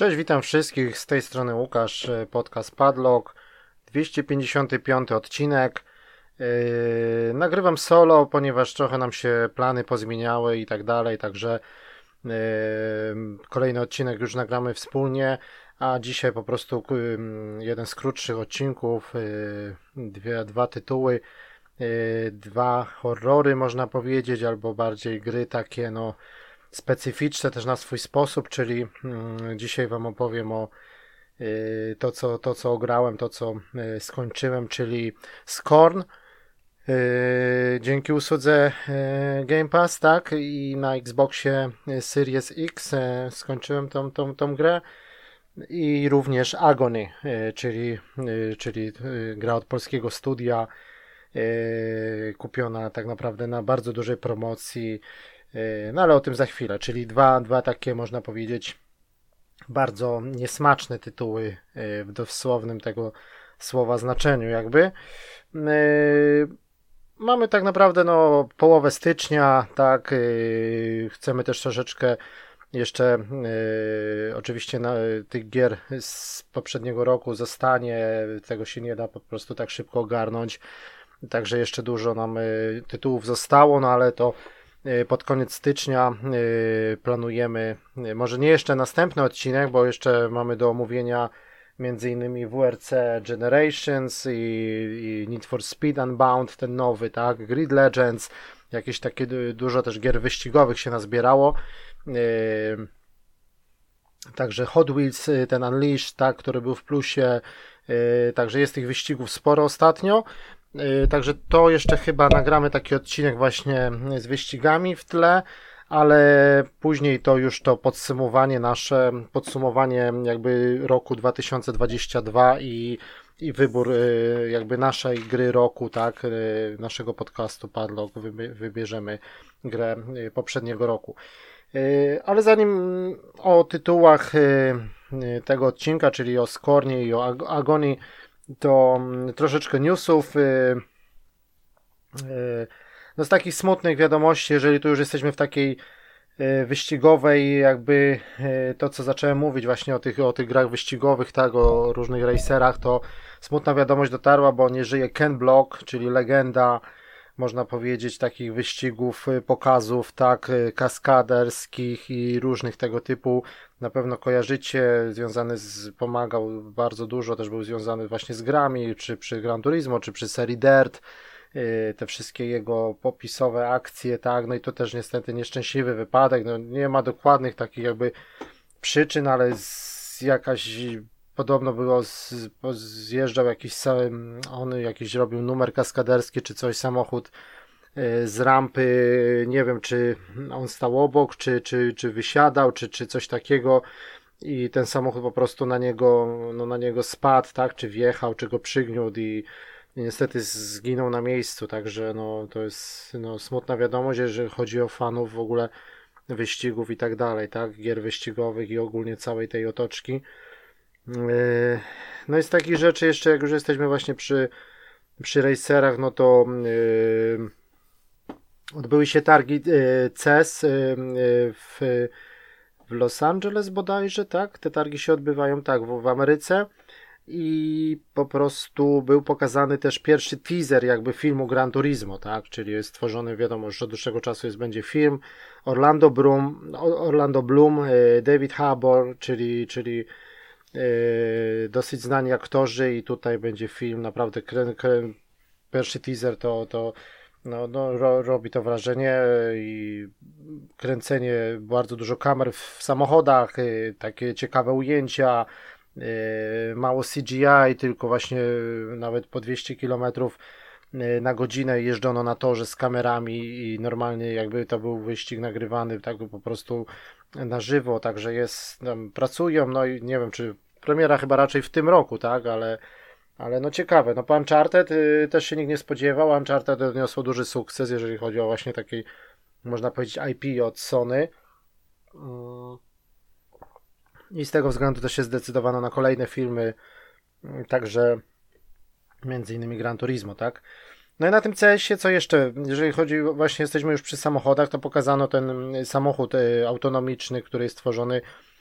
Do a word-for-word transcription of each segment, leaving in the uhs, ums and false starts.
Cześć, witam wszystkich, z tej strony Łukasz, podcast Padlock, dwieście pięćdziesiąty piąty odcinek. Yy, nagrywam solo, ponieważ trochę nam się plany pozmieniały i tak dalej, także yy, kolejny odcinek już nagramy wspólnie, a dzisiaj po prostu yy, jeden z krótszych odcinków, yy, dwie, dwa tytuły, yy, dwa horrory można powiedzieć, albo bardziej gry takie no specyficzne też na swój sposób, czyli mm, dzisiaj Wam opowiem o y, to, co, to, co ograłem, to, co y, skończyłem, czyli Scorn. Y, dzięki usłudze y, Game Pass, tak, i na Xboxie Series X y, skończyłem tą, tą, tą grę. I również Agony, y, czyli, y, czyli y, gra od polskiego studia, y, kupiona tak naprawdę na bardzo dużej promocji. No ale o tym za chwilę, czyli dwa, dwa takie można powiedzieć bardzo niesmaczne tytuły w dosłownym tego słowa znaczeniu jakby. Mamy tak naprawdę no połowę stycznia, tak, chcemy też troszeczkę jeszcze yy, oczywiście na, tych gier z poprzedniego roku zostanie, tego się nie da po prostu tak szybko ogarnąć, także jeszcze dużo nam yy, tytułów zostało, no ale to pod koniec stycznia yy, planujemy, yy, może nie jeszcze następny odcinek, bo jeszcze mamy do omówienia między innymi W R C Generations i, i Need for Speed Unbound, ten nowy, tak, Grid Legends, jakieś takie dużo też gier wyścigowych się nazbierało. Yy, także Hot Wheels, ten Unleashed, tak, który był w plusie, yy, także jest tych wyścigów sporo ostatnio. Także to jeszcze chyba nagramy taki odcinek właśnie z wyścigami w tle, ale później to już to podsumowanie nasze, podsumowanie jakby roku dwa tysiące dwudziestego drugiego i, i wybór jakby naszej gry roku, tak, naszego podcastu Padlock, wybierzemy grę poprzedniego roku. Ale zanim o tytułach tego odcinka, czyli o Scornie i o Agonii, to troszeczkę newsów. No z takich smutnych wiadomości, jeżeli tu już jesteśmy w takiej wyścigowej, jakby to, co zacząłem mówić właśnie o tych, o tych grach wyścigowych, tak, o różnych racerach, to smutna wiadomość dotarła, bo nie żyje Ken Block, czyli legenda, można powiedzieć, takich wyścigów, pokazów, tak, kaskaderskich i różnych tego typu. Na pewno kojarzycie, związany z, pomagał bardzo dużo, też był związany właśnie z grami, czy przy Gran Turismo, czy przy serii Dirt, yy, te wszystkie jego popisowe akcje, tak, no i to też niestety nieszczęśliwy wypadek, no nie ma dokładnych takich jakby przyczyn, ale z, jakaś podobno było, z, zjeżdżał jakiś sam, on jakiś robił numer kaskaderski, czy coś, samochód z rampy, nie wiem, czy on stał obok, czy, czy, czy wysiadał, czy, czy coś takiego i ten samochód po prostu na niego, no na niego spadł, tak, czy wjechał, czy go przygniótł i, i niestety zginął na miejscu, także no to jest no, smutna wiadomość, jeżeli chodzi o fanów w ogóle wyścigów i tak dalej, tak, gier wyścigowych i ogólnie całej tej otoczki. No i z takich rzeczy jeszcze, jak już jesteśmy właśnie przy, przy racerach, no to yy, odbyły się targi C E S w, w Los Angeles bodajże, tak? Te targi się odbywają, tak, w, w Ameryce i po prostu był pokazany też pierwszy teaser jakby filmu Gran Turismo, tak? Czyli jest stworzony, wiadomo, już od dłuższego czasu jest, będzie film. Orlando Bloom, Orlando Bloom, David Harbour, czyli, czyli yy, dosyć znani aktorzy i tutaj będzie film, naprawdę krę, krę, pierwszy teaser to, to No, no ro, robi to wrażenie i kręcenie, bardzo dużo kamer w samochodach, y, takie ciekawe ujęcia, y, mało C G I, tylko właśnie nawet po dwieście kilometrów na godzinę jeżdżono na torze z kamerami i normalnie jakby to był wyścig nagrywany tak po prostu na żywo, także jest, tam pracują, no i nie wiem, czy premiera chyba raczej w tym roku, tak, ale Ale no ciekawe, no po Uncharted y, też się nikt nie spodziewał. Uncharted odniosło duży sukces, jeżeli chodzi o właśnie taki, można powiedzieć, I P od Sony. Mm. I z tego względu też się zdecydowano na kolejne filmy, także między innymi Gran Turismo, tak? No i na tym C S ie, co jeszcze, jeżeli chodzi, właśnie jesteśmy już przy samochodach, to pokazano ten samochód y, autonomiczny, który jest stworzony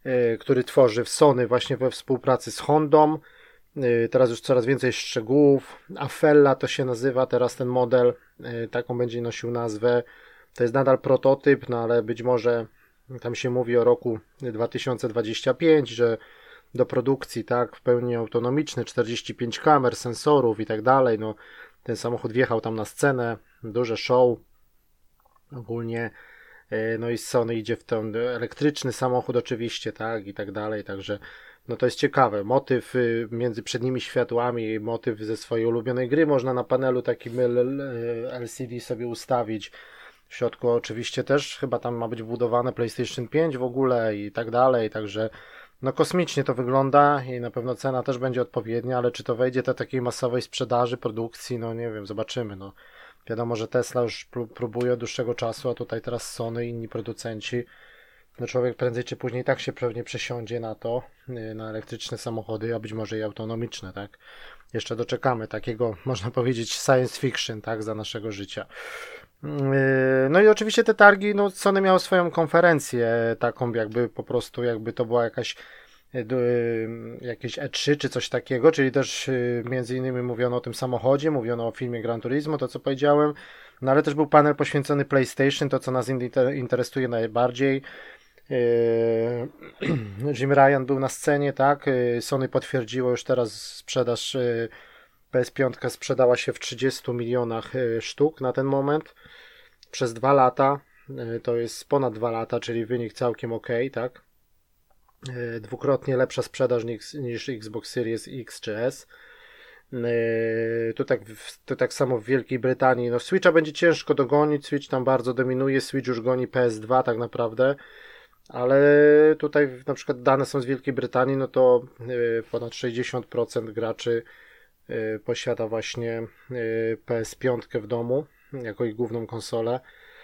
który tworzy w Sony właśnie we współpracy z Hondą. Teraz już coraz więcej szczegółów. Afella to się nazywa teraz ten model, taką będzie nosił nazwę. To jest nadal prototyp, no ale być może tam się mówi o roku dwa tysiące dwudziestym piątym, że do produkcji, tak, w pełni autonomiczny, czterdzieści pięć kamer, sensorów i tak dalej. No, ten samochód wjechał tam na scenę, duże show ogólnie. No i Sony idzie w ten elektryczny samochód oczywiście, tak, i tak dalej, także no to jest ciekawe. Motyw między przednimi światłami, motyw ze swojej ulubionej gry można na panelu takim L C D sobie ustawić. W środku oczywiście też chyba tam ma być wbudowane PlayStation pięć w ogóle i tak dalej, także no kosmicznie to wygląda i na pewno cena też będzie odpowiednia, ale czy to wejdzie do takiej masowej sprzedaży, produkcji, no nie wiem, zobaczymy, no. Wiadomo, że Tesla już próbuje od dłuższego czasu, a tutaj teraz Sony i inni producenci. No człowiek prędzej czy później tak się pewnie przesiądzie na to, na elektryczne samochody, a być może i autonomiczne, tak? Jeszcze doczekamy takiego, można powiedzieć, science fiction, tak, za naszego życia. No i oczywiście te targi, no Sony miało swoją konferencję, taką jakby po prostu, jakby to była jakaś jakieś E trzy czy coś takiego, czyli też między innymi mówiono o tym samochodzie, mówiono o filmie Gran Turismo, to co powiedziałem, no ale też był panel poświęcony PlayStation, to co nas interesuje najbardziej. Jim Ryan był na scenie, tak, Sony potwierdziło już teraz sprzedaż, P S pięć sprzedała się w trzydziestu milionach sztuk na ten moment, przez dwa lata, to jest ponad dwa lata, czyli wynik całkiem ok, tak. Dwukrotnie lepsza sprzedaż niż, niż Xbox Series X czy S. Tu tak, tu tak samo w Wielkiej Brytanii. No Switcha będzie ciężko dogonić, Switch tam bardzo dominuje, Switch już goni P S dwa tak naprawdę, ale tutaj na przykład dane są z Wielkiej Brytanii, no to ponad sześćdziesiąt procent graczy posiada właśnie P S pięć w domu jako ich główną konsolę.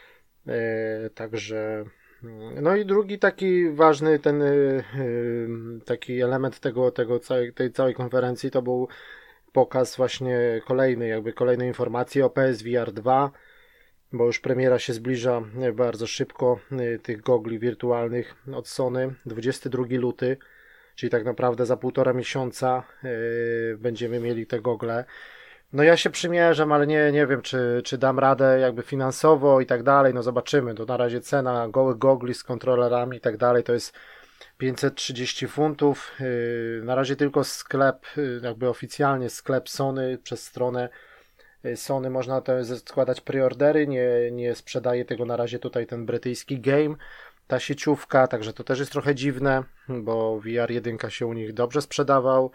Także no i drugi taki ważny ten taki element tego, tego całej, tej całej konferencji to był pokaz właśnie kolejny, jakby kolejnej informacji o P S V R dwa, bo już premiera się zbliża bardzo szybko tych gogli wirtualnych od Sony, dwudziestego drugiego lutego, czyli tak naprawdę za półtora miesiąca będziemy mieli te gogle. No ja się przymierzam, ale nie, nie wiem, czy, czy dam radę jakby finansowo i tak dalej, no zobaczymy. To na razie cena gołych gogli z kontrolerami i tak dalej to jest pięćset trzydzieści funtów. Na razie tylko sklep, jakby oficjalnie sklep Sony, przez stronę Sony można to składać preordery, nie, nie sprzedaje tego na razie tutaj ten brytyjski Game, ta sieciówka, także to też jest trochę dziwne, bo V R jeden się u nich dobrze sprzedawał.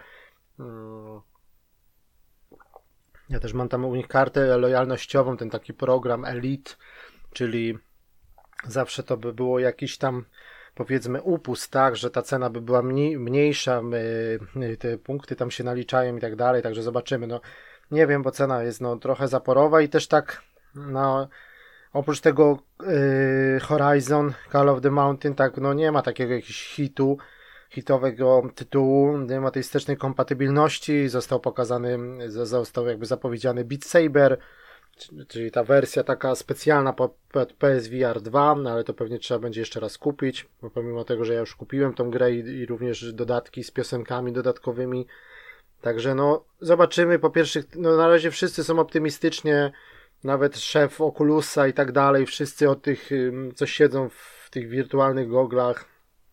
Ja też mam tam u nich kartę lojalnościową, ten taki program Elite, czyli zawsze to by było jakiś tam, powiedzmy, upust, tak, że ta cena by była mniej, mniejsza, te punkty tam się naliczają i tak dalej, także zobaczymy, no nie wiem, bo cena jest no trochę zaporowa i też tak, no oprócz tego yy, Horizon Call of the Mountain, tak, no nie ma takiego jakiegoś hitu, hitowego tytułu, nie ma tej wstecznej kompatybilności, został pokazany, został jakby zapowiedziany Beat Saber, czyli ta wersja taka specjalna pod P S V R dwa, no ale to pewnie trzeba będzie jeszcze raz kupić, bo pomimo tego, że ja już kupiłem tą grę i, i również dodatki z piosenkami dodatkowymi, także no zobaczymy, po pierwszych, no na razie wszyscy są optymistycznie, nawet szef Oculusa i tak dalej, wszyscy od tych, co siedzą w tych wirtualnych goglach,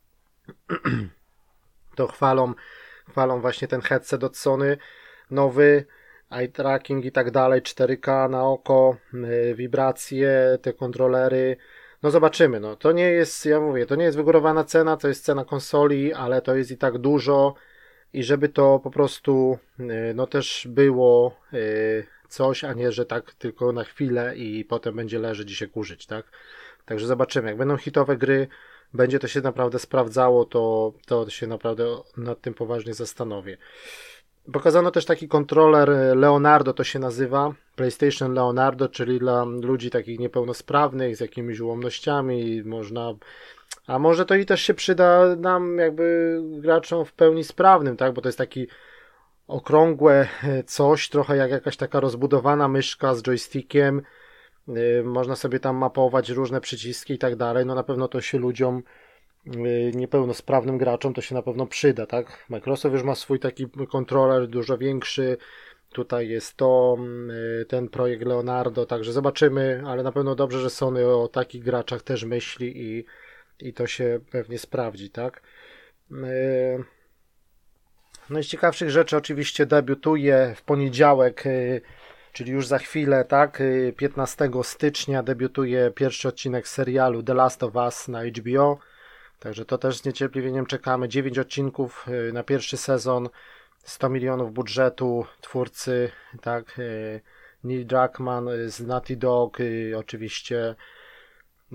to chwalą, chwalą właśnie ten headset od Sony, nowy, eye tracking i tak dalej, cztery K na oko, wibracje, te kontrolery, no zobaczymy, no to nie jest, ja mówię, to nie jest wygórowana cena, to jest cena konsoli, ale to jest i tak dużo i żeby to po prostu, no też było coś, a nie, że tak tylko na chwilę i potem będzie leżeć i się kurzyć, tak, także zobaczymy, jak będą hitowe gry, będzie to się naprawdę sprawdzało, to, to się naprawdę nad tym poważnie zastanowię. Pokazano też taki kontroler Leonardo, to się nazywa, PlayStation Leonardo, czyli dla ludzi takich niepełnosprawnych, z jakimiś ułomnościami, można, a może to i też się przyda nam jakby graczom w pełni sprawnym, tak, bo to jest taki okrągłe coś, trochę jak jakaś taka rozbudowana myszka z joystickiem, można sobie tam mapować różne przyciski i tak dalej, no na pewno to się ludziom niepełnosprawnym graczom to się na pewno przyda, tak? Microsoft już ma swój taki kontroler dużo większy, tutaj jest to, ten projekt Leonardo, także zobaczymy, ale na pewno dobrze, że Sony o takich graczach też myśli i, i to się pewnie sprawdzi, tak? No i z ciekawszych rzeczy oczywiście debiutuje w poniedziałek, czyli już za chwilę, tak, piętnastego stycznia debiutuje pierwszy odcinek serialu The Last of Us na H B O, także to też z niecierpliwieniem czekamy. dziewięć odcinków na pierwszy sezon, sto milionów budżetu, twórcy, tak, Neil Druckmann z Naughty Dog, oczywiście yy,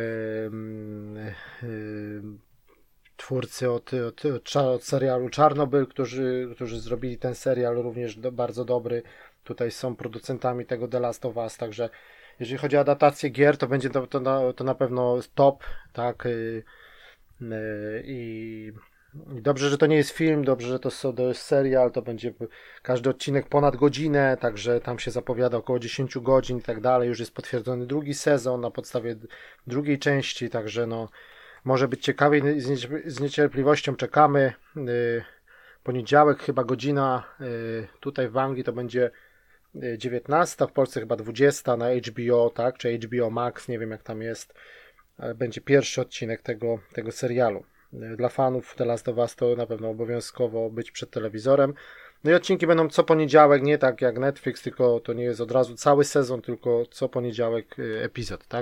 yy, twórcy od, od, od serialu Czarnobyl, którzy, którzy zrobili ten serial również do, bardzo dobry. Tutaj są producentami tego The Last of Us, także jeżeli chodzi o adaptację gier, to będzie to, to, na, to na pewno top, tak, yy, yy, i dobrze, że to nie jest film, dobrze, że to, to jest serial, to będzie każdy odcinek ponad godzinę, także tam się zapowiada około dziesięć godzin i tak dalej, już jest potwierdzony drugi sezon na podstawie drugiej części, także no może być ciekawie, z niecierpliwością czekamy. Poniedziałek chyba godzina, tutaj w Anglii to będzie dziewiętnasta, w Polsce chyba dwudziesta na H B O, tak, czy H B O Max, nie wiem jak tam jest, ale będzie pierwszy odcinek tego, tego serialu. Dla fanów The Last of Us to na pewno obowiązkowo być przed telewizorem. No i odcinki będą co poniedziałek, nie tak jak Netflix, tylko to nie jest od razu cały sezon, tylko co poniedziałek epizod, tak?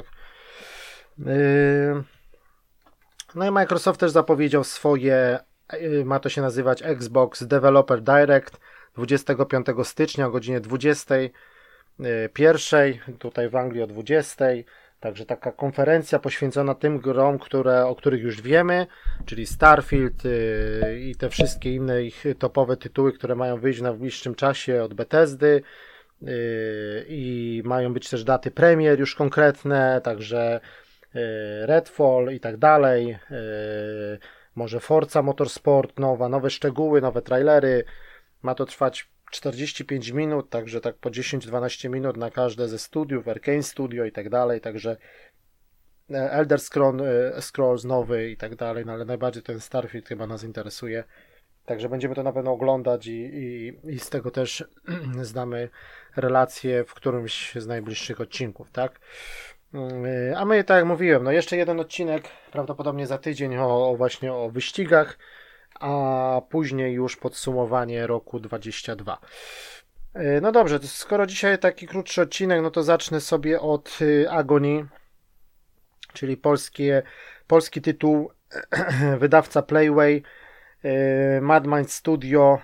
No i Microsoft też zapowiedział swoje, ma to się nazywać Xbox Developer Direct dwudziestego piątego stycznia o godzinie dwudziestej pierwszej, tutaj w Anglii o dwudziestej. Także taka konferencja poświęcona tym grom, które, o których już wiemy, czyli Starfield yy, i te wszystkie inne ich topowe tytuły, które mają wyjść na najbliższym czasie od Bethesdy yy, i mają być też daty premier już konkretne, także yy, Redfall i tak dalej, yy, może Forza Motorsport nowa, nowe szczegóły, nowe trailery. Ma to trwać czterdzieści pięć minut, także tak po dziesięć do dwunastu minut na każde ze studiów, Arkane Studio i tak dalej, także Elder Scrolls nowy i tak dalej, no ale najbardziej ten Starfield chyba nas interesuje, także będziemy to na pewno oglądać i, i, i z tego też znamy relacje w którymś z najbliższych odcinków, tak? A my, tak jak mówiłem, no jeszcze jeden odcinek, prawdopodobnie za tydzień o, o właśnie o wyścigach, a później już podsumowanie roku dwudziestego drugiego. No dobrze, to skoro dzisiaj taki krótszy odcinek, no to zacznę sobie od Agony, czyli polskie, polski tytuł, wydawca Playway, Madmind Studio.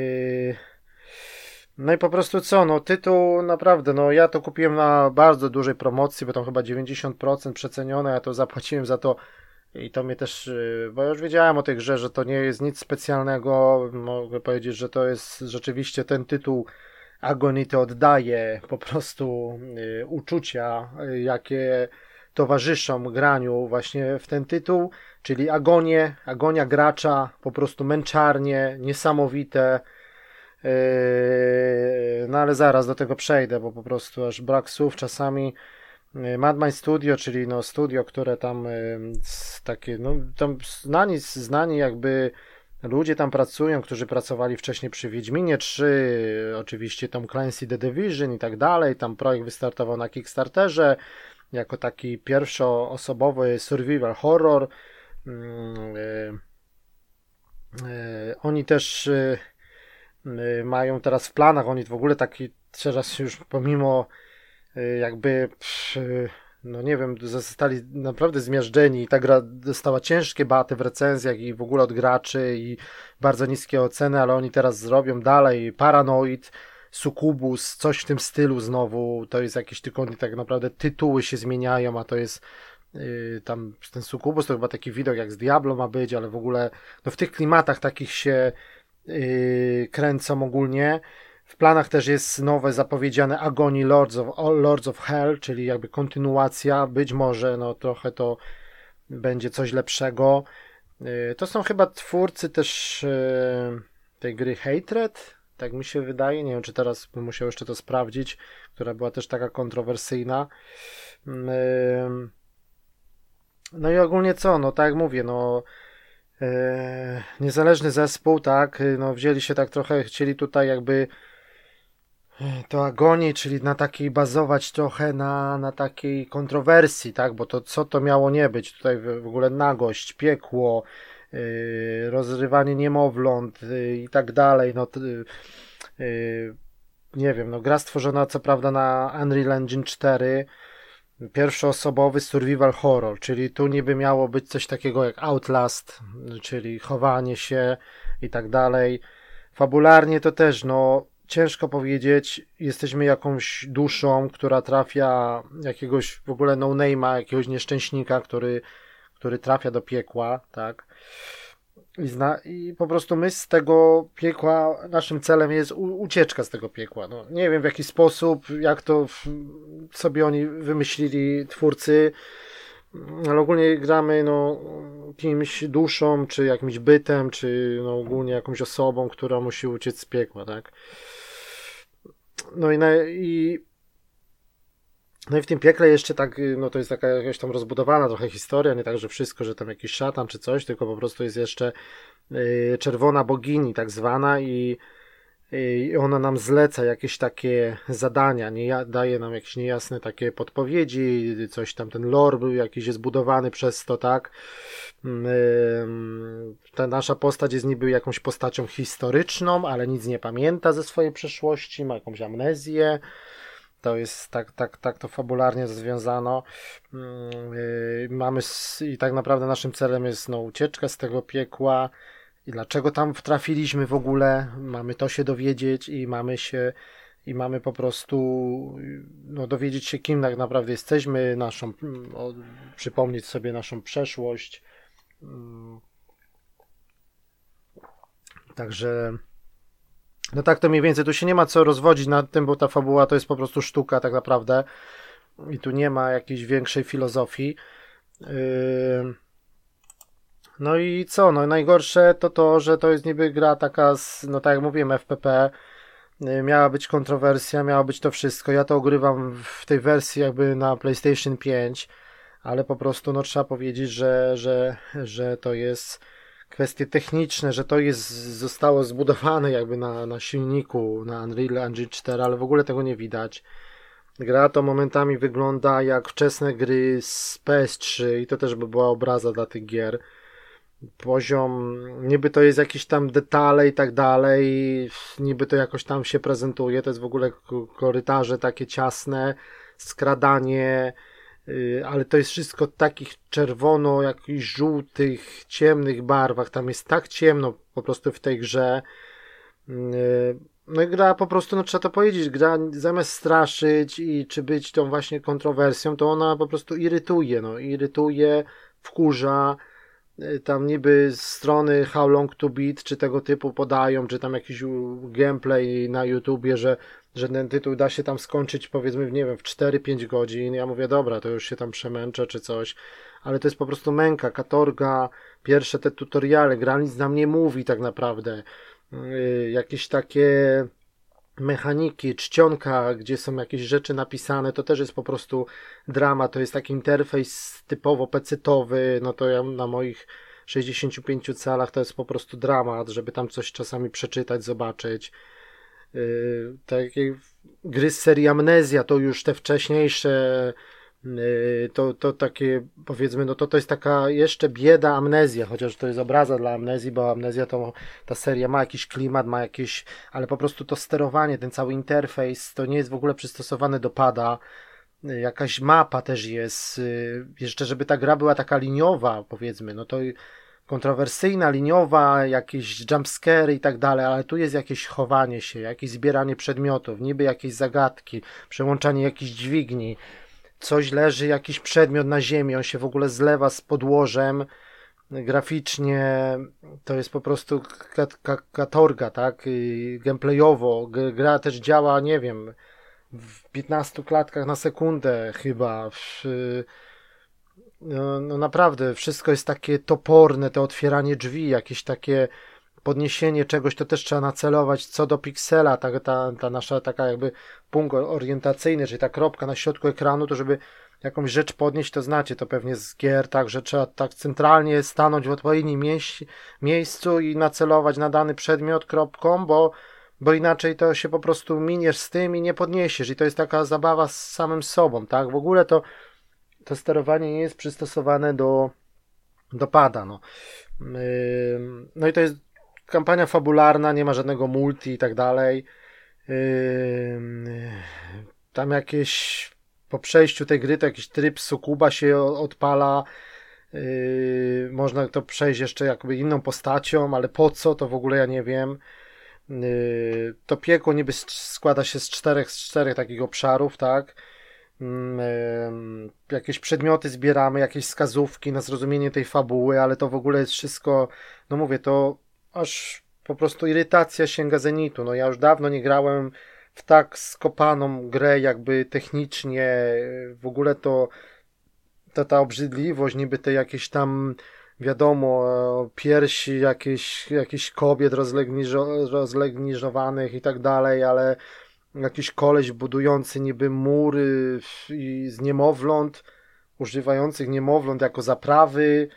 No i po prostu co, no tytuł naprawdę, no ja to kupiłem na bardzo dużej promocji, bo tam chyba dziewięćdziesiąt procent przecenione, ja to zapłaciłem za to. I to mnie też, bo ja już wiedziałem o tej grze, że to nie jest nic specjalnego, mogę powiedzieć, że to jest rzeczywiście ten tytuł Agony to oddaje po prostu y, uczucia, y, jakie towarzyszą graniu właśnie w ten tytuł, czyli agonię, agonia gracza, po prostu męczarnie, niesamowite, yy, no ale zaraz do tego przejdę, bo po prostu aż brak słów czasami. Madmind Studio, czyli no studio, które tam y, takie, no tam znani, znani jakby ludzie tam pracują, którzy pracowali wcześniej przy Wiedźminie trzy, oczywiście Tom Clancy The Division i tak dalej, tam projekt wystartował na Kickstarterze jako taki pierwszoosobowy survival horror. Y, y, oni też y, y, mają teraz w planach, oni w ogóle taki teraz już pomimo jakby, no nie wiem, zostali naprawdę zmiażdżeni i ta gra dostała ciężkie baty w recenzjach i w ogóle od graczy i bardzo niskie oceny, ale oni teraz zrobią dalej Paranoid, Succubus, coś w tym stylu znowu, to jest jakieś tylko tak naprawdę tytuły się zmieniają, a to jest yy, tam ten Succubus to chyba taki widok jak z Diablo ma być, ale w ogóle no w tych klimatach takich się yy, kręcą ogólnie. W planach też jest nowe zapowiedziane Agony Lords of, Lords of Hell, czyli jakby kontynuacja, być może no trochę to będzie coś lepszego. To są chyba twórcy też tej gry Hatred, tak mi się wydaje, nie wiem czy teraz bym musiał jeszcze to sprawdzić, która była też taka kontrowersyjna. No i ogólnie co, no tak jak mówię, no e, niezależny zespół, tak, no wzięli się tak trochę, chcieli tutaj jakby to agonię, czyli na takiej bazować trochę na, na takiej kontrowersji, tak, bo to co to miało nie być, tutaj w, w ogóle nagość, piekło, yy, rozrywanie niemowląt yy, i tak dalej, no yy, nie wiem, no gra stworzona co prawda na Unreal Engine cztery, pierwszoosobowy survival horror, czyli tu niby miało być coś takiego jak Outlast, czyli chowanie się i tak dalej. Fabularnie to też, no ciężko powiedzieć, jesteśmy jakąś duszą, która trafia jakiegoś w ogóle no-name'a, jakiegoś nieszczęśnika, który, który trafia do piekła, tak? I, zna, I po prostu my z tego piekła, naszym celem jest u, ucieczka z tego piekła. No, nie wiem w jaki sposób, jak to w, sobie oni wymyślili twórcy, ale ogólnie gramy no, kimś duszą, czy jakimś bytem, czy no, ogólnie jakąś osobą, która musi uciec z piekła, tak? No i, na, i no i w tym piekle jeszcze tak, no to jest taka jakaś tam rozbudowana trochę historia, nie tak, że wszystko, że tam jakiś szatan czy coś, tylko po prostu jest jeszcze y, czerwona bogini tak zwana i, i ona nam zleca jakieś takie zadania, nie, daje nam jakieś niejasne takie podpowiedzi, coś tam, ten lore był jakiś jest budowany przez to, tak. Y, ta nasza postać jest niby jakąś postacią historyczną, ale nic nie pamięta ze swojej przeszłości, ma jakąś amnezję. To jest tak, tak, tak to fabularnie związano. Yy, mamy s- i tak naprawdę naszym celem jest no, ucieczka z tego piekła. I dlaczego tam trafiliśmy w ogóle? Mamy to się dowiedzieć i mamy się i mamy po prostu no, dowiedzieć się, kim tak naprawdę jesteśmy, naszą, o, przypomnieć sobie naszą przeszłość. Yy. Także no tak to mniej więcej, tu się nie ma co rozwodzić nad tym, bo ta fabuła to jest po prostu sztuka tak naprawdę i tu nie ma jakiejś większej filozofii. Yy... No i co, no najgorsze to to, że to jest niby gra taka, z, no tak jak mówiłem, F P P, yy, miała być kontrowersja, miało być to wszystko, ja to ogrywam w tej wersji jakby na PlayStation pięć, ale po prostu no trzeba powiedzieć, że, że, że to jest kwestie techniczne, że to jest, zostało zbudowane jakby na, na silniku, na Unreal Engine cztery, ale w ogóle tego nie widać. Gra to momentami wygląda jak wczesne gry z P S trzy i to też by była obraza dla tych gier. Poziom, niby to jest jakieś tam detale i tak dalej, niby to jakoś tam się prezentuje, to jest w ogóle korytarze takie ciasne, skradanie, ale to jest wszystko takich czerwono, jakichś żółtych, ciemnych barwach. Tam jest tak ciemno po prostu w tej grze. No i gra po prostu, no trzeba to powiedzieć, gra zamiast straszyć i czy być tą właśnie kontrowersją, to ona po prostu irytuje, no irytuje, wkurza. Tam niby strony How Long to Beat, czy tego typu podają, czy tam jakiś gameplay na YouTubie, że, że ten tytuł da się tam skończyć powiedzmy, nie wiem, w cztery pięć godzin. Ja mówię, dobra, to już się tam przemęczę, czy coś. Ale to jest po prostu męka, katorga, pierwsze te tutoriale, gra nic nam nie mówi tak naprawdę. Yy, jakieś takie mechaniki, czcionka, gdzie są jakieś rzeczy napisane, to też jest po prostu drama, to jest taki interfejs typowo pecetowy, no to ja na moich sześćdziesięciu pięciu calach to jest po prostu dramat, żeby tam coś czasami przeczytać, zobaczyć. Yy, takie gry z serii Amnezja, to już te wcześniejsze yy, to, to takie powiedzmy, no to to jest taka jeszcze bieda Amnezja, chociaż to jest obraza dla Amnezji, bo Amnezja to ta seria ma jakiś klimat, ma jakieś, ale po prostu to sterowanie, ten cały interfejs to nie jest w ogóle przystosowane do pada. Yy, jakaś mapa też jest, yy, jeszcze żeby ta gra była taka liniowa powiedzmy, no to kontrowersyjna, liniowa, jakieś jumpscare i tak dalej, ale tu jest jakieś chowanie się, jakieś zbieranie przedmiotów, niby jakieś zagadki, przełączanie jakichś dźwigni, coś leży, jakiś przedmiot na ziemi, on się w ogóle zlewa z podłożem, graficznie to jest po prostu katorga, tak, gameplayowo, gra też działa, nie wiem, w piętnastu klatkach na sekundę chyba, w, no, no naprawdę, wszystko jest takie toporne, to otwieranie drzwi, jakieś takie podniesienie czegoś, to też trzeba nacelować co do piksela, ta, ta, ta nasza taka jakby punkt orientacyjny, czyli ta kropka na środku ekranu, to żeby jakąś rzecz podnieść, to znacie to pewnie z gier, tak, że trzeba tak centralnie stanąć w odpowiednim mieś- miejscu i nacelować na dany przedmiot kropką, bo, bo inaczej to się po prostu miniesz z tym i nie podniesiesz i to jest taka zabawa z samym sobą, tak, w ogóle to to sterowanie nie jest przystosowane do, do pada, no. Yy, no i to jest kampania fabularna, nie ma żadnego multi i tak dalej. Yy, tam jakieś po przejściu tej gry to jakiś tryb sukuba się odpala. Yy, można to przejść jeszcze jakby inną postacią, ale po co, to w ogóle ja nie wiem. Yy, to piekło niby składa się z czterech, z czterech takich obszarów, tak? Yy, jakieś przedmioty zbieramy, jakieś wskazówki na zrozumienie tej fabuły, ale to w ogóle jest wszystko, no mówię, to aż po prostu irytacja sięga zenitu. No ja już dawno nie grałem w tak skopaną grę, jakby technicznie, w ogóle to ta, ta obrzydliwość, niby te jakieś tam, wiadomo, piersi jakieś, jakichś kobiet rozlegniżo, rozlegniżowanych i tak dalej, ale jakiś koleś budujący niby mury i z niemowląt, używających niemowląt jako zaprawy.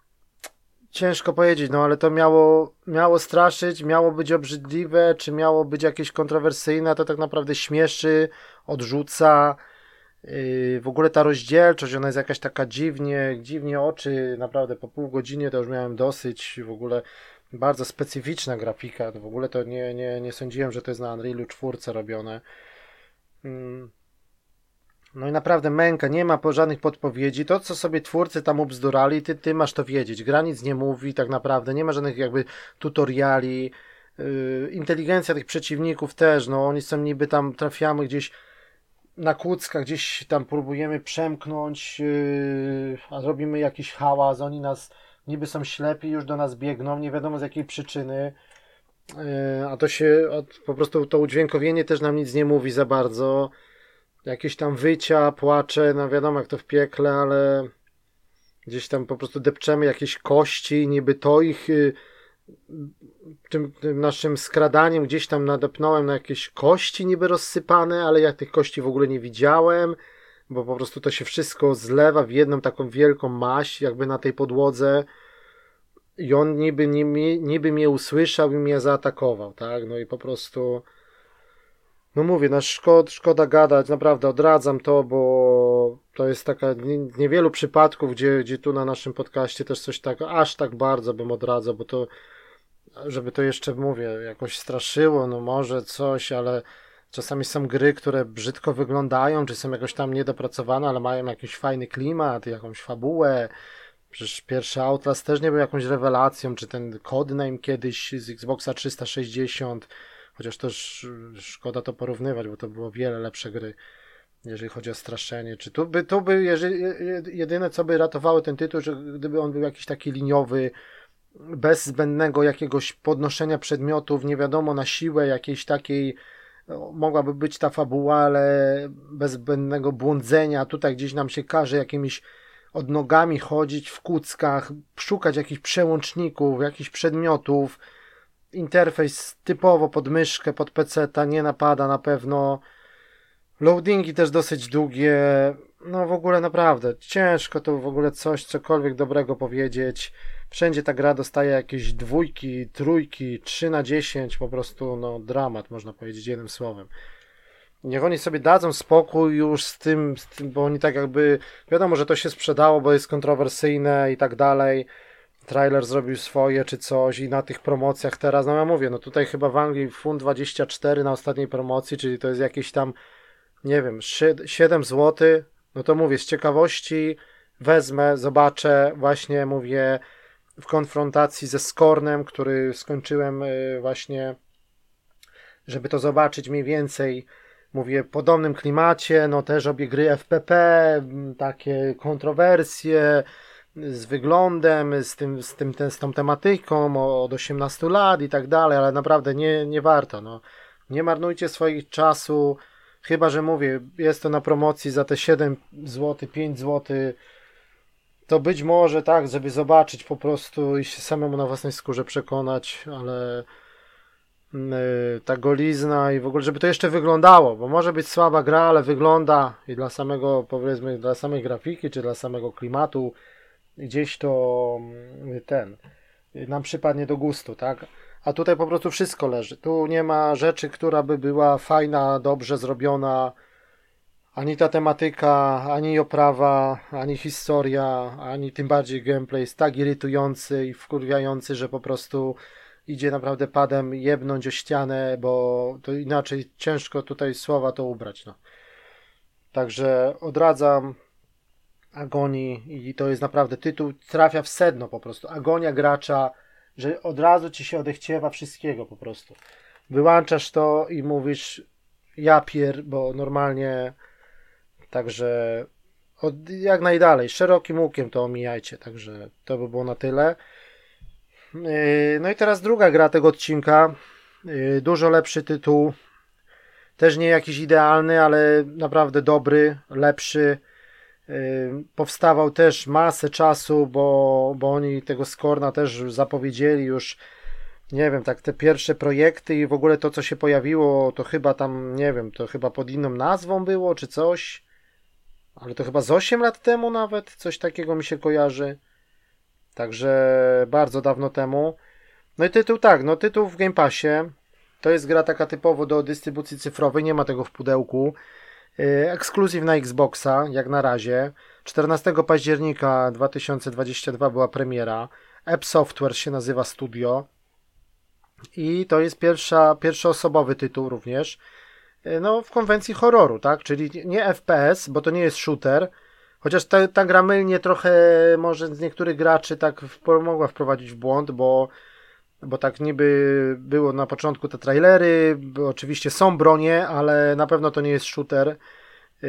Ciężko powiedzieć, no ale to miało, miało straszyć, miało być obrzydliwe, czy miało być jakieś kontrowersyjne, to tak naprawdę śmieszy, odrzuca. Yy, w ogóle ta rozdzielczość, ona jest jakaś taka dziwnie, dziwnie oczy, naprawdę po pół godziny to już miałem dosyć, w ogóle bardzo specyficzna grafika, w ogóle to nie, nie, nie sądziłem, że to jest na Unrealu cztery robione. Yy. No i naprawdę męka, nie ma żadnych podpowiedzi. To, co sobie twórcy tam ubzdurali, ty, ty masz to wiedzieć. Gra nic nie mówi tak naprawdę, nie ma żadnych jakby tutoriali. Yy, inteligencja tych przeciwników też, no oni są niby tam, trafiamy gdzieś na kłódzkach, gdzieś tam próbujemy przemknąć, yy, a robimy jakiś hałas, oni nas niby są ślepi, już do nas biegną, nie wiadomo z jakiej przyczyny. Yy, a to się, po prostu to udźwiękowienie też nam nic nie mówi za bardzo. Jakieś tam wycia, płacze, no wiadomo jak to w piekle, ale gdzieś tam po prostu depczemy jakieś kości, niby to ich y, tym, tym naszym skradaniem gdzieś tam nadepnąłem na jakieś kości niby rozsypane, ale ja tych kości w ogóle nie widziałem, bo po prostu to się wszystko zlewa w jedną taką wielką maść jakby na tej podłodze i on niby, niby, niby mnie usłyszał i mnie zaatakował, tak, no i po prostu no mówię, no szkoda, szkoda gadać, naprawdę odradzam to, bo to jest taka nie, niewielu przypadków, gdzie, gdzie tu na naszym podcaście też coś tak, aż tak bardzo bym odradzał, bo to, żeby to jeszcze, mówię, jakoś straszyło, no może coś, ale czasami są gry, które brzydko wyglądają, czy są jakoś tam niedopracowane, ale mają jakiś fajny klimat, jakąś fabułę. Przecież pierwszy Outlast też nie był jakąś rewelacją, czy ten Codename kiedyś z Xboxa trzysta sześćdziesiąt, chociaż też szkoda to porównywać, bo to było wiele lepsze gry, jeżeli chodzi o straszenie. Czy tu by, tu by jeżeli, jedyne co by ratowało ten tytuł, że gdyby on był jakiś taki liniowy, bez zbędnego jakiegoś podnoszenia przedmiotów, nie wiadomo, na siłę jakiejś takiej, mogłaby być ta fabuła, ale bez zbędnego błądzenia. Tutaj gdzieś nam się każe jakimiś odnogami chodzić w kuckach, szukać jakichś przełączników, jakichś przedmiotów. Interfejs typowo pod myszkę, pod peceta, nie napada na pewno. Loadingi też dosyć długie. No w ogóle naprawdę ciężko to w ogóle coś, cokolwiek dobrego powiedzieć. Wszędzie ta gra dostaje jakieś dwójki, trójki, trzy na dziesięć, po prostu no dramat, można powiedzieć jednym słowem. Niech oni sobie dadzą spokój już z tym, z tym, bo oni tak jakby, wiadomo, że to się sprzedało, bo jest kontrowersyjne i tak dalej. Trailer zrobił swoje czy coś i na tych promocjach teraz, no ja mówię, no tutaj chyba w Anglii funt dwadzieścia cztery na ostatniej promocji, czyli to jest jakieś tam, nie wiem, siedem złotych, no to mówię, z ciekawości wezmę, zobaczę, właśnie mówię, w konfrontacji ze Scornem, który skończyłem właśnie, żeby to zobaczyć mniej więcej, mówię, w podobnym klimacie, no też obie gry F P P, takie kontrowersje z wyglądem, z tym, z tym, z tą tematyką od osiemnastu lat i tak dalej, ale naprawdę nie, nie warto, no. Nie marnujcie swoich czasu, chyba że mówię, jest to na promocji za te siedem złotych, pięć złotych, to być może tak, żeby zobaczyć po prostu i się samemu na własnej skórze przekonać, ale ta golizna i w ogóle, żeby to jeszcze wyglądało, bo może być słaba gra, ale wygląda i dla samego, powiedzmy, dla samej grafiki, czy dla samego klimatu gdzieś to ten nam przypadnie do gustu, tak? A tutaj po prostu wszystko leży. Tu nie ma rzeczy, która by była fajna, dobrze zrobiona. Ani ta tematyka, ani oprawa, ani historia, ani tym bardziej gameplay jest tak irytujący i wkurwiający, że po prostu idzie naprawdę padem jebnąć o ścianę, bo to inaczej ciężko tutaj słowa to ubrać. No. Także odradzam Agonii i to jest naprawdę tytuł, trafia w sedno po prostu. Agonia gracza, że od razu ci się odechciewa wszystkiego po prostu. Wyłączasz to i mówisz ja pier, bo normalnie także od, jak najdalej, szerokim łukiem to omijajcie, także to by było na tyle. No i teraz druga gra tego odcinka, dużo lepszy tytuł, też nie jakiś idealny, ale naprawdę dobry, lepszy. Powstawał też masę czasu, bo, bo oni tego Scorna też zapowiedzieli już, nie wiem, tak te pierwsze projekty i w ogóle to, co się pojawiło, to chyba tam, nie wiem, to chyba pod inną nazwą było, czy coś, ale to chyba z osiem lat temu nawet, coś takiego mi się kojarzy, także bardzo dawno temu. No i tytuł tak, no tytuł w Game Passie, to jest gra taka typowo do dystrybucji cyfrowej, nie ma tego w pudełku. Ekskluzyw na Xboxa, jak na razie. czternastego października dwa tysiące dwudziestego drugiego była premiera. App Software się nazywa studio. I to jest pierwsza, pierwszoosobowy tytuł również. No, w konwencji horroru, tak? Czyli nie F P S, bo to nie jest shooter. Chociaż ta, ta gra mylnie trochę może z niektórych graczy tak mogła wprowadzić w błąd, bo bo tak niby było na początku te trailery, bo oczywiście są bronie, ale na pewno to nie jest shooter yy,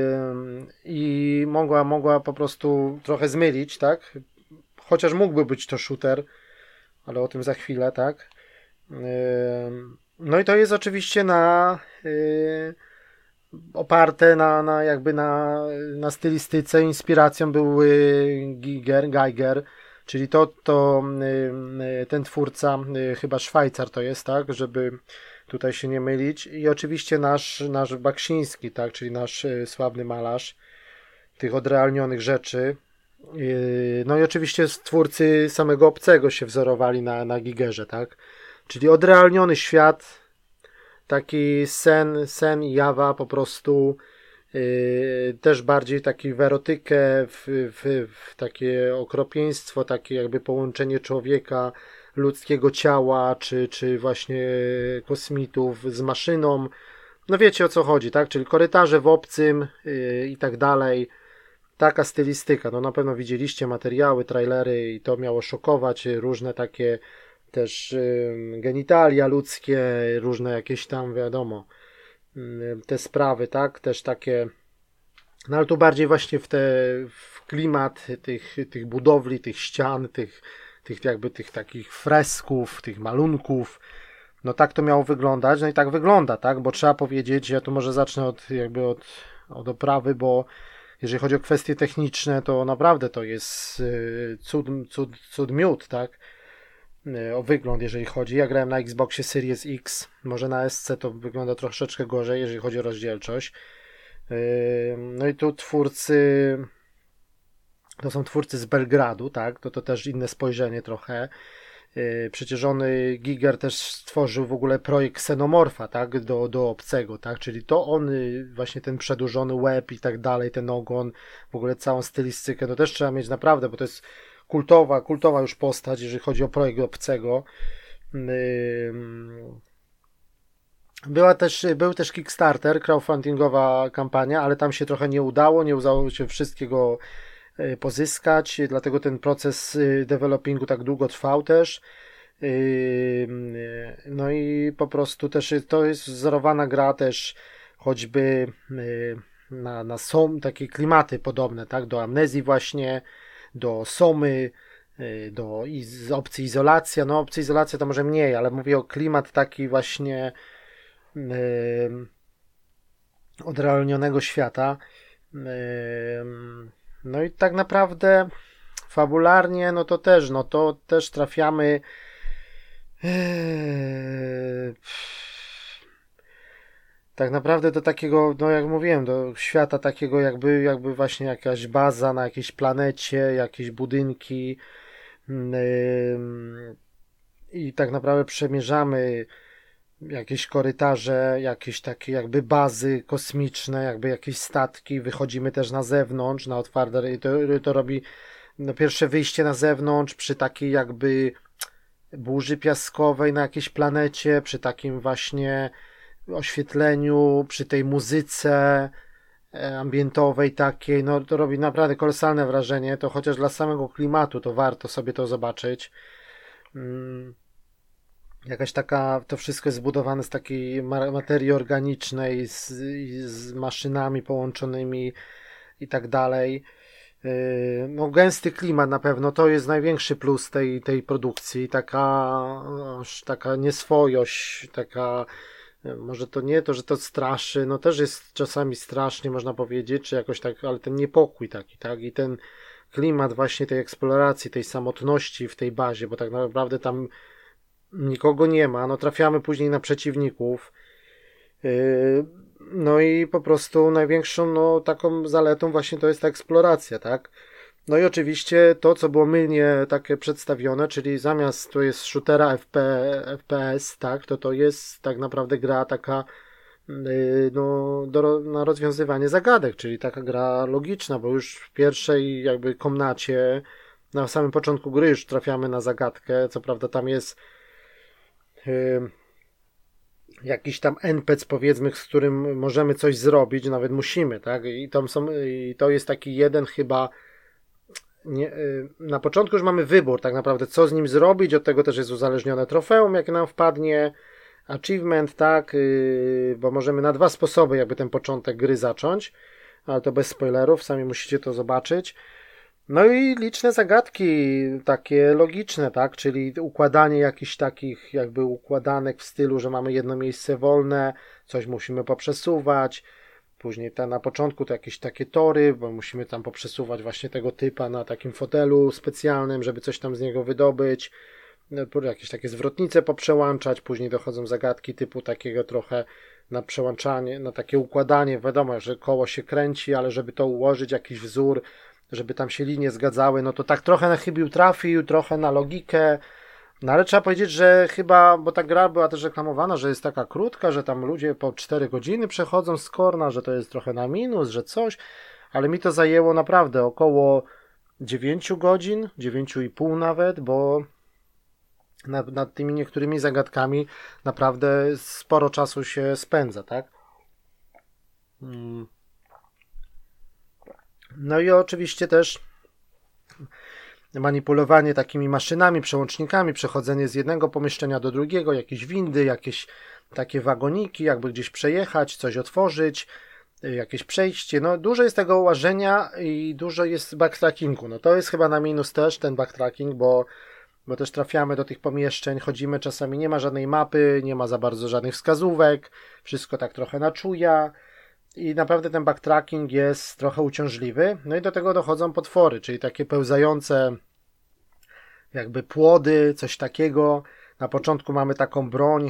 i mogła, mogła po prostu trochę zmylić, tak? Chociaż mógłby być to shooter, ale o tym za chwilę, tak? Yy, no i to jest oczywiście na yy, oparte na, na jakby na, na stylistyce, inspiracją był Giger, Geiger, czyli to, to ten twórca, chyba Szwajcar to jest, tak, żeby tutaj się nie mylić. I oczywiście nasz, nasz Baksiński, tak, czyli nasz sławny malarz tych odrealnionych rzeczy. No i oczywiście twórcy samego Obcego się wzorowali na, na Gigerze, tak. Czyli odrealniony świat, taki sen, sen i jawa po prostu. Yy, też bardziej taki w erotykę, w, w, w takie okropieństwo, takie jakby połączenie człowieka, ludzkiego ciała, czy, czy właśnie kosmitów z maszyną. No wiecie o co chodzi, tak? Czyli korytarze w obcym yy, i tak dalej. Taka stylistyka. No na pewno widzieliście materiały, trailery i to miało szokować. Różne takie też yy, genitalia ludzkie, różne jakieś tam, wiadomo, te sprawy, tak, też takie, no ale tu bardziej właśnie w te, w klimat tych, tych budowli, tych ścian, tych, tych jakby tych takich fresków, tych malunków, no tak to miało wyglądać, no i tak wygląda, tak, bo trzeba powiedzieć, ja tu może zacznę od jakby od, od oprawy, bo jeżeli chodzi o kwestie techniczne, to naprawdę to jest cud, cud, cud miód, tak, o wygląd, jeżeli chodzi. Ja grałem na Xboxie Series X, może na S C to wygląda troszeczkę gorzej, jeżeli chodzi o rozdzielczość. No i tu twórcy, to są twórcy z Belgradu, tak, to, to też inne spojrzenie trochę. Przecież on, Giger też stworzył w ogóle projekt Xenomorfa, tak, do, do Obcego, tak, czyli to on właśnie ten przedłużony łeb i tak dalej, ten ogon, w ogóle całą stylistykę, to też trzeba mieć naprawdę, bo to jest kultowa, kultowa już postać, jeżeli chodzi o projekt Obcego. Była też, był też Kickstarter, crowdfundingowa kampania, ale tam się trochę nie udało, nie udało się wszystkiego pozyskać, dlatego ten proces developingu tak długo trwał też. No i po prostu też to jest wzorowana gra też choćby na, na są takie klimaty podobne, tak, do Amnezji właśnie, do Somy, do iz- opcji izolacja, no opcji izolacja to może mniej, ale mówię o klimat taki właśnie yy, odrealnionego świata. Yy, no i tak naprawdę fabularnie, no to też, no to też trafiamy Eee, tak naprawdę do takiego, no jak mówiłem, do świata takiego jakby, jakby właśnie jakaś baza na jakiejś planecie, jakieś budynki ym, i tak naprawdę przemierzamy jakieś korytarze, jakieś takie jakby bazy kosmiczne, jakby jakieś statki, wychodzimy też na zewnątrz, na otwarte i to, to robi no, pierwsze wyjście na zewnątrz przy takiej jakby burzy piaskowej na jakiejś planecie, przy takim właśnie oświetleniu, przy tej muzyce ambientowej takiej, no to robi naprawdę kolosalne wrażenie, to chociaż dla samego klimatu to warto sobie to zobaczyć. Hmm. Jakaś taka, to wszystko jest zbudowane z takiej materii organicznej, z, z maszynami połączonymi i tak dalej. No, gęsty klimat na pewno, to jest największy plus tej, tej produkcji, taka, taka nieswojość, taka, może to nie to, że to straszy, no też jest czasami strasznie, można powiedzieć, czy jakoś tak, ale ten niepokój taki, tak, i ten klimat właśnie tej eksploracji, tej samotności w tej bazie, bo tak naprawdę tam nikogo nie ma, no trafiamy później na przeciwników, no i po prostu największą no, taką zaletą właśnie to jest ta eksploracja, tak? No i oczywiście to, co było mylnie takie przedstawione, czyli zamiast to jest shootera F P, F P S, tak, to to jest tak naprawdę gra taka no, do, na rozwiązywanie zagadek, czyli taka gra logiczna, bo już w pierwszej jakby komnacie, na samym początku gry już trafiamy na zagadkę, co prawda tam jest yy, jakiś tam N P C, powiedzmy, z którym możemy coś zrobić, nawet musimy, tak? I, tam są, i to jest taki jeden chyba nie, na początku już mamy wybór tak naprawdę, co z nim zrobić, od tego też jest uzależnione trofeum, jakie nam wpadnie, achievement, tak, bo możemy na dwa sposoby jakby ten początek gry zacząć, ale to bez spoilerów, sami musicie to zobaczyć. No i liczne zagadki takie logiczne, tak, czyli układanie jakichś takich jakby układanek w stylu, że mamy jedno miejsce wolne, coś musimy poprzesuwać, później te, na początku to jakieś takie tory, bo musimy tam poprzesuwać właśnie tego typa na takim fotelu specjalnym, żeby coś tam z niego wydobyć, jakieś takie zwrotnice poprzełączać, później dochodzą zagadki typu takiego trochę na przełączanie, na takie układanie, wiadomo, że koło się kręci, ale żeby to ułożyć, jakiś wzór, żeby tam się linie zgadzały, no to tak trochę na chybił trafił, trochę na logikę, no ale trzeba powiedzieć, że chyba, bo ta gra była też reklamowana, że jest taka krótka, że tam ludzie po cztery godziny przechodzą z Korna, że to jest trochę na minus, że coś, ale mi to zajęło naprawdę około dziewięć godzin, dziewięć i pół nawet, bo nad, nad tymi niektórymi zagadkami naprawdę sporo czasu się spędza, tak? No i oczywiście też manipulowanie takimi maszynami, przełącznikami, przechodzenie z jednego pomieszczenia do drugiego, jakieś windy, jakieś takie wagoniki, jakby gdzieś przejechać, coś otworzyć, jakieś przejście. No dużo jest tego łażenia i dużo jest backtrackingu. No to jest chyba na minus też ten backtracking, bo, bo też trafiamy do tych pomieszczeń, chodzimy czasami, nie ma żadnej mapy, nie ma za bardzo żadnych wskazówek, wszystko tak trochę na czuja. I naprawdę ten backtracking jest trochę uciążliwy. No i do tego dochodzą potwory, czyli takie pełzające jakby płody, coś takiego. Na początku mamy taką broń,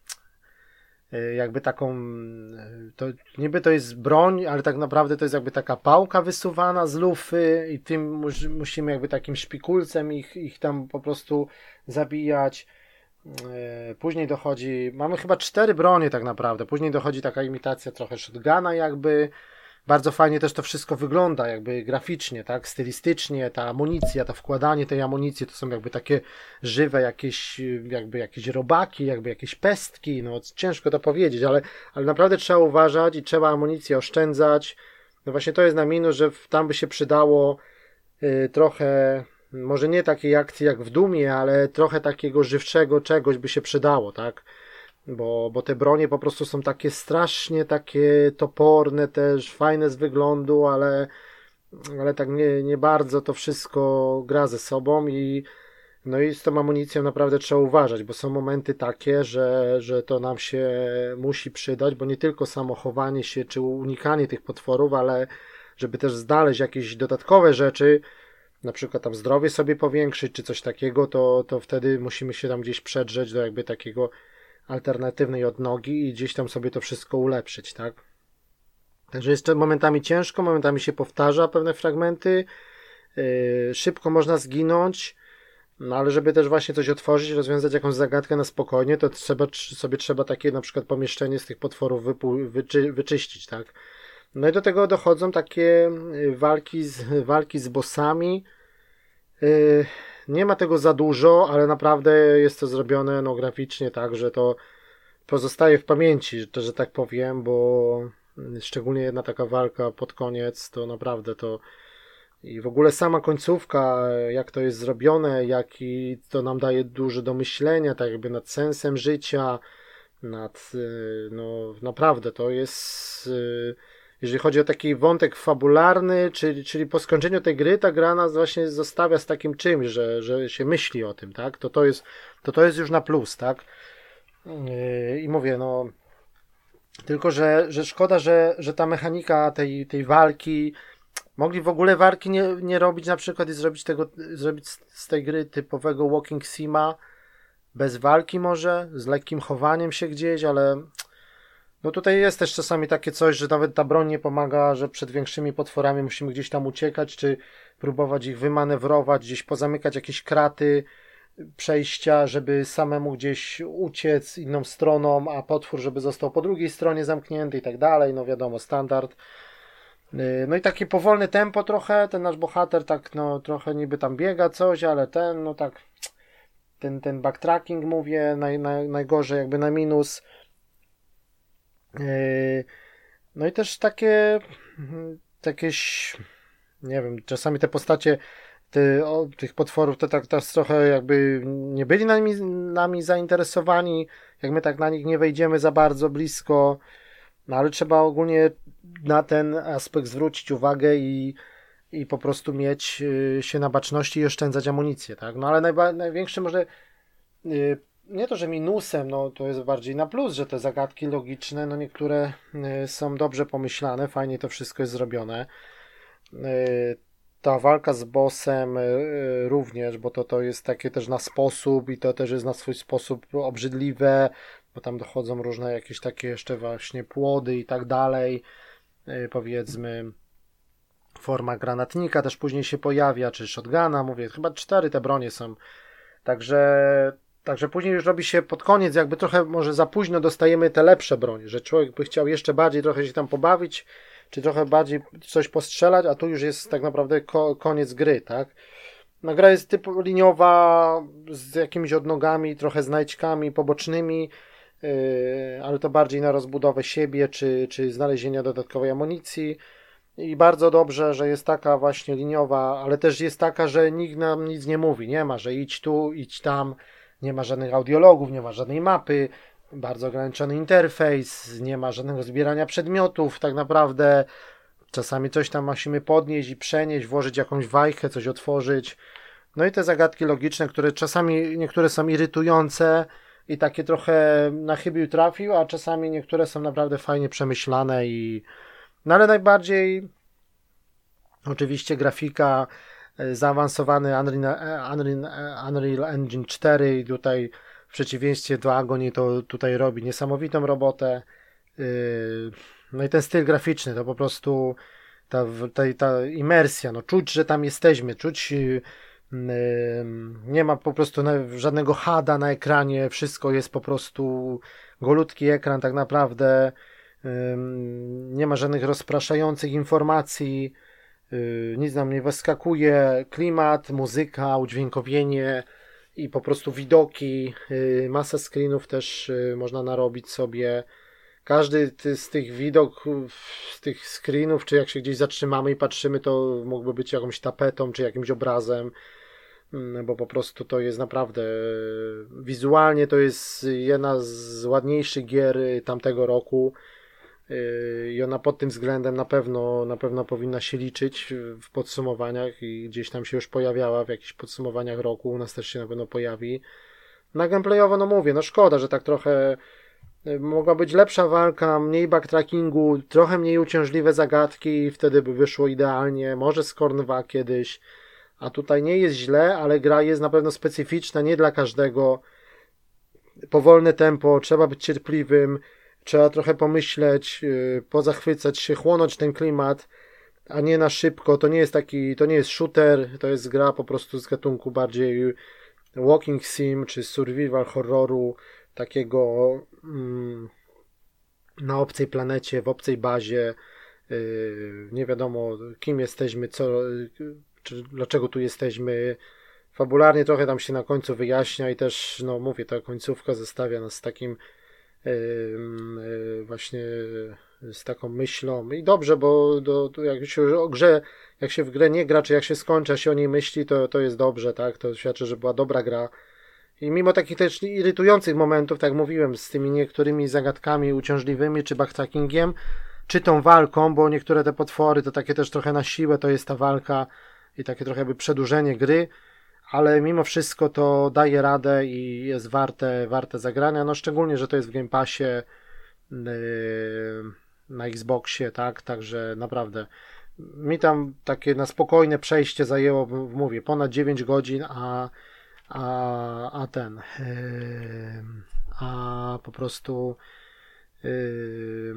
jakby taką, to niby to jest broń, ale tak naprawdę to jest jakby taka pałka wysuwana z lufy i tym musimy jakby takim szpikulcem ich, ich tam po prostu zabijać. Później dochodzi, mamy chyba cztery bronie tak naprawdę, później dochodzi taka imitacja trochę shotguna jakby, bardzo fajnie też to wszystko wygląda jakby graficznie, tak, stylistycznie, ta amunicja, to wkładanie tej amunicji to są jakby takie żywe jakieś, jakby jakieś robaki, jakby jakieś pestki, no ciężko to powiedzieć, ale, ale naprawdę trzeba uważać i trzeba amunicję oszczędzać, no właśnie to jest na minus, że tam by się przydało yy, trochę może nie takiej akcji jak w Dumie, ale trochę takiego żywczego czegoś by się przydało, tak? Bo, bo te bronie po prostu są takie strasznie takie toporne też, fajne z wyglądu, ale, ale tak nie, nie bardzo to wszystko gra ze sobą i no i z tą amunicją naprawdę trzeba uważać, bo są momenty takie, że, że to nam się musi przydać, bo nie tylko samo chowanie się czy unikanie tych potworów, ale żeby też znaleźć jakieś dodatkowe rzeczy, na przykład tam zdrowie sobie powiększyć, czy coś takiego, to, to wtedy musimy się tam gdzieś przedrzeć do jakby takiego alternatywnej odnogi i gdzieś tam sobie to wszystko ulepszyć, tak? Także jest momentami ciężko, momentami się powtarza pewne fragmenty, yy, szybko można zginąć, no ale żeby też właśnie coś otworzyć, rozwiązać jakąś zagadkę na spokojnie, to trzeba, sobie trzeba takie na przykład pomieszczenie z tych potworów wypu- wyczy- wyczyścić, tak? No i do tego dochodzą takie walki z, walki z bossami. Yy, nie ma tego za dużo, ale naprawdę jest to zrobione no, graficznie tak, że to pozostaje w pamięci, że, że tak powiem, bo szczególnie jedna taka walka pod koniec, to naprawdę to i w ogóle sama końcówka, jak to jest zrobione, jaki to nam daje dużo do myślenia, tak jakby nad sensem życia, nad, no naprawdę to jest, jeżeli chodzi o taki wątek fabularny, czyli, czyli po skończeniu tej gry, ta gra nas właśnie zostawia z takim czymś, że, że się myśli o tym, tak, to to jest, to to jest już na plus, tak, i mówię, no tylko, że, że szkoda, że, że ta mechanika tej, tej walki, mogli w ogóle walki nie, nie robić na przykład i zrobić tego, zrobić z tej gry typowego walking sima, bez walki może, z lekkim chowaniem się gdzieś, ale no tutaj jest też czasami takie coś, że nawet ta broń nie pomaga, że przed większymi potworami musimy gdzieś tam uciekać, czy próbować ich wymanewrować, gdzieś pozamykać jakieś kraty, przejścia, żeby samemu gdzieś uciec inną stroną, a potwór, żeby został po drugiej stronie zamknięty i tak dalej, no wiadomo, standard. No i takie powolne tempo trochę, ten nasz bohater tak no trochę niby tam biega coś, ale ten no tak ten, ten backtracking mówię naj, naj, najgorzej jakby na minus. No i też takie jakieś nie wiem, czasami te postacie ty, o, tych potworów to tak też trochę jakby nie byli nami, nami zainteresowani, jak my tak na nich nie wejdziemy za bardzo blisko, no ale trzeba ogólnie na ten aspekt zwrócić uwagę i, i po prostu mieć y, się na baczności i oszczędzać amunicję, tak, no ale najba, największy może y, nie to, że minusem, no to jest bardziej na plus, że te zagadki logiczne, no niektóre y, są dobrze pomyślane, fajnie to wszystko jest zrobione. y, Ta walka z bossem również, bo to, to jest takie też na sposób i to też jest na swój sposób obrzydliwe, bo tam dochodzą różne jakieś takie jeszcze właśnie płody i tak dalej, powiedzmy forma granatnika też później się pojawia, czy shotguna, mówię, chyba cztery te bronie są, także także później już robi się pod koniec, jakby trochę może za późno dostajemy te lepsze bronie, że człowiek by chciał jeszcze bardziej trochę się tam pobawić, czy trochę bardziej coś postrzelać, a tu już jest tak naprawdę ko- koniec gry, tak? No, gra jest typu liniowa, z jakimiś odnogami, trochę znajdźkami pobocznymi, yy, ale to bardziej na rozbudowę siebie, czy, czy znalezienia dodatkowej amunicji i bardzo dobrze, że jest taka właśnie liniowa, ale też jest taka, że nikt nam nic nie mówi, nie ma, że idź tu, idź tam, nie ma żadnych audiologów, nie ma żadnej mapy, bardzo ograniczony interfejs, nie ma żadnego zbierania przedmiotów, tak naprawdę czasami coś tam musimy podnieść i przenieść, włożyć jakąś wajchę, coś otworzyć. No i te zagadki logiczne, które czasami niektóre są irytujące i takie trochę na chybił trafił, a czasami niektóre są naprawdę fajnie przemyślane i no ale najbardziej oczywiście grafika, zaawansowany Unreal, Unreal, Unreal Engine cztery i tutaj w przeciwieństwie do Agony to tutaj robi niesamowitą robotę. No i ten styl graficzny to po prostu ta, ta, ta imersja, no czuć, że tam jesteśmy, czuć nie ma po prostu żadnego hada na ekranie, wszystko jest po prostu golutki ekran tak naprawdę, nie ma żadnych rozpraszających informacji, nic nam nie wyskakuje, klimat, muzyka, udźwiękowienie i po prostu widoki, masę screenów też można narobić sobie. Każdy z tych widoków, z tych screenów, czy jak się gdzieś zatrzymamy i patrzymy, to mógłby być jakąś tapetą, czy jakimś obrazem, bo po prostu to jest naprawdę wizualnie to jest jedna z ładniejszych gier tamtego roku i ona pod tym względem na pewno, na pewno powinna się liczyć w podsumowaniach i gdzieś tam się już pojawiała w jakichś podsumowaniach roku, u nas też się na pewno pojawi. Na gameplayowo no mówię, no szkoda, że tak trochę mogła być lepsza walka, mniej backtrackingu, trochę mniej uciążliwe zagadki i wtedy by wyszło idealnie, może z Corn dwa kiedyś, A tutaj nie jest źle, ale gra jest na pewno specyficzna, nie dla każdego. Powolne tempo, trzeba być cierpliwym, trzeba trochę pomyśleć, yy, pozachwycać się, chłonąć ten klimat, a nie na szybko. To nie jest taki, to nie jest shooter, to jest gra po prostu z gatunku bardziej walking sim, czy survival horroru, takiego mm, na obcej planecie, w obcej bazie, yy, nie wiadomo kim jesteśmy, co, czy, dlaczego tu jesteśmy. Fabularnie trochę tam się na końcu wyjaśnia i też, no mówię, ta końcówka zostawia nas z takim yy, yy, właśnie z taką myślą i dobrze, bo do, do, jak się o grze, jak się w grę nie gra, czy jak się skończy, a się o niej myśli, to, to jest dobrze, tak, to świadczy, że była dobra gra. I mimo takich też irytujących momentów, tak jak mówiłem, z tymi niektórymi zagadkami uciążliwymi, czy backtrackingiem, czy tą walką, bo niektóre te potwory to takie też trochę na siłę, to jest ta walka i takie trochę jakby przedłużenie gry, ale mimo wszystko to daje radę i jest warte, warte zagrania, no szczególnie, że to jest w Game Passie, yy, na Xboxie, tak, także naprawdę mi tam takie na spokojne przejście zajęło, mówię, ponad dziewięć godzin, a a, a ten yy, a po prostu yy,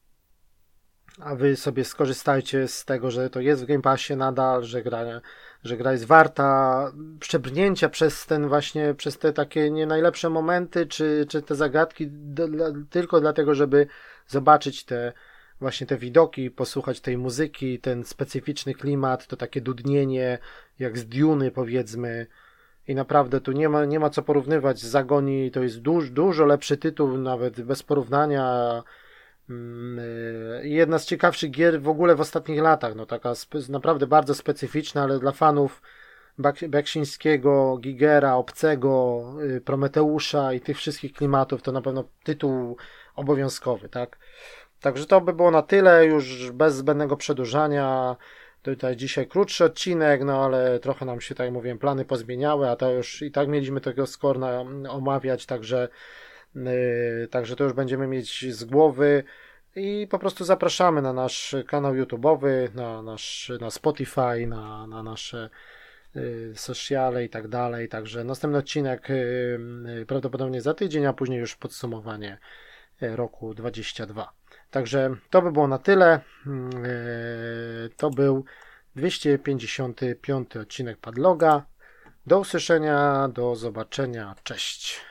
a wy sobie skorzystajcie z tego, że to jest w Game Passie nadal, że gra, że gra jest warta przebrnięcia przez ten właśnie, przez te takie nie najlepsze momenty, czy, czy te zagadki do, dla, tylko dlatego, żeby zobaczyć te właśnie te widoki, posłuchać tej muzyki, ten specyficzny klimat, to takie dudnienie, jak z Duny powiedzmy. I naprawdę tu nie ma, nie ma co porównywać z Zagoni, to jest duż, dużo lepszy tytuł, nawet bez porównania. Jedna z ciekawszych gier w ogóle w ostatnich latach, no taka spe, naprawdę bardzo specyficzna, ale dla fanów Bek- Beksińskiego, Gigera, Obcego, Prometeusza i tych wszystkich klimatów to na pewno tytuł obowiązkowy, tak? Także to by było na tyle, już bez zbędnego przedłużania. Tutaj dzisiaj krótszy odcinek, no ale trochę nam się, tak jak mówiłem, plany pozmieniały, a to już i tak mieliśmy tego Scorna omawiać, także, yy, także to już będziemy mieć z głowy i po prostu zapraszamy na nasz kanał YouTube'owy, na nasz, na Spotify, na, na nasze yy, sociale i tak dalej, także następny odcinek yy, prawdopodobnie za tydzień, a później już podsumowanie roku dwudziestego drugiego. Także to by było na tyle. To był dwieście pięćdziesiąty piąty odcinek Padloga. Do usłyszenia, do zobaczenia. Cześć.